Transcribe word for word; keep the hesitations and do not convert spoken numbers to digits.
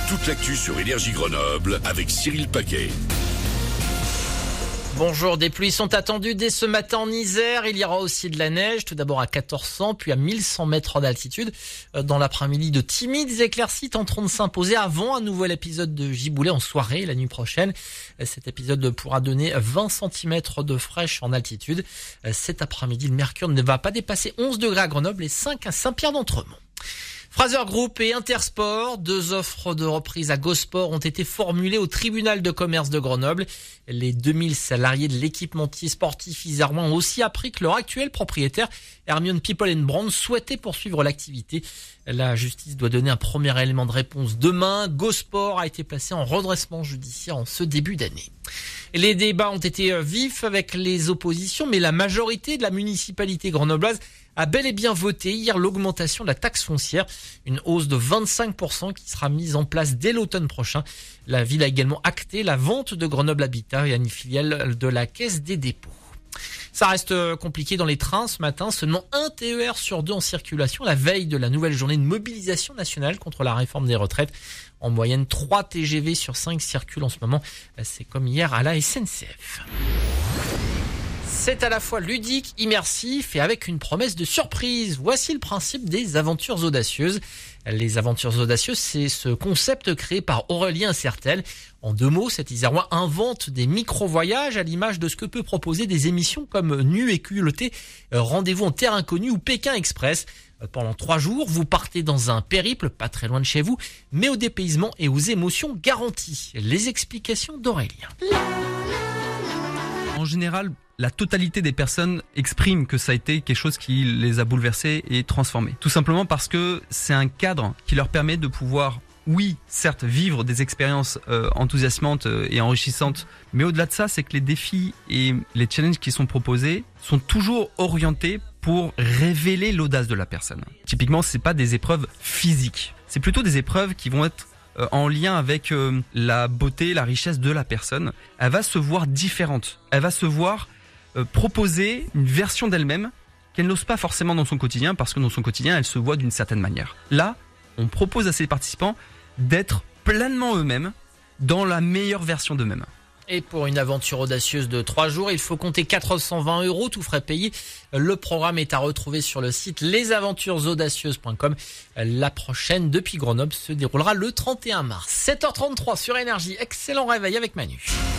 toute l'actu sur Énergie Grenoble avec Cyril Paquet. Bonjour, des pluies sont attendues dès ce matin en Isère. Il y aura aussi de la neige, tout d'abord à quatorze cents, puis à mille cent mètres d'altitude. Dans l'après-midi, de timides éclaircies tenteront de s'imposer avant un nouvel épisode de giboulée en soirée la nuit prochaine. Cet épisode pourra donner vingt centimètres de fraîche en altitude. Cet après-midi, le mercure ne va pas dépasser onze degrés à Grenoble et cinq à Saint-Pierre-d'Entremont. Fraser Group et Intersport, deux offres de reprise à Gosport ont été formulées au tribunal de commerce de Grenoble. Les deux mille salariés de l'équipementier sportif isérois ont aussi appris que leur actuel propriétaire, Hermione People and Brand, souhaitait poursuivre l'activité. La justice doit donner un premier élément de réponse demain. Gosport a été placé en redressement judiciaire en ce début d'année. Les débats ont été vifs avec les oppositions, mais la majorité de la municipalité grenobloise a bel et bien voté hier l'augmentation de la taxe foncière, une hausse de vingt-cinq pour cent qui sera mise en place dès l'automne prochain. La ville a également acté la vente de Grenoble Habitat et une filiale de la Caisse des dépôts. Ça reste compliqué dans les trains ce matin, seulement un T E R sur deux en circulation la veille de la nouvelle journée de mobilisation nationale contre la réforme des retraites. En moyenne, trois T G V sur cinq circulent en ce moment. C'est comme hier à la S N C F. C'est à la fois ludique, immersif et avec une promesse de surprise. Voici le principe des aventures audacieuses. Les aventures audacieuses, c'est ce concept créé par Aurélien Certel. En deux mots, cet Isérois invente des micro-voyages à l'image de ce que peut proposer des émissions comme Nu et culotté, Rendez-vous en terre inconnue ou Pékin Express. Pendant trois jours, vous partez dans un périple, pas très loin de chez vous, mais au dépaysement et aux émotions garanties. Les explications d'Aurélien. En général, la totalité des personnes expriment que ça a été quelque chose qui les a bouleversés et transformés. Tout simplement parce que c'est un cadre qui leur permet de pouvoir, oui, certes, vivre des expériences euh, enthousiasmantes et enrichissantes, mais au-delà de ça, c'est que les défis et les challenges qui sont proposés sont toujours orientés pour révéler l'audace de la personne. Typiquement, c'est pas des épreuves physiques, c'est plutôt des épreuves qui vont être en lien avec euh, la beauté, la richesse de la personne. Elle va se voir différente. Elle va se voir euh, proposer une version d'elle-même qu'elle n'ose pas forcément dans son quotidien, parce que dans son quotidien, elle se voit d'une certaine manière. Là, on propose à ses participants d'être pleinement eux-mêmes, dans la meilleure version d'eux-mêmes. Et pour une aventure audacieuse de trois jours, il faut compter quatre cent vingt euros, tout frais payés. Le programme est à retrouver sur le site les aventures audacieuses point com. La prochaine, depuis Grenoble, se déroulera le trente et un mars. sept heures trente-trois sur Énergie. Excellent réveil avec Manu.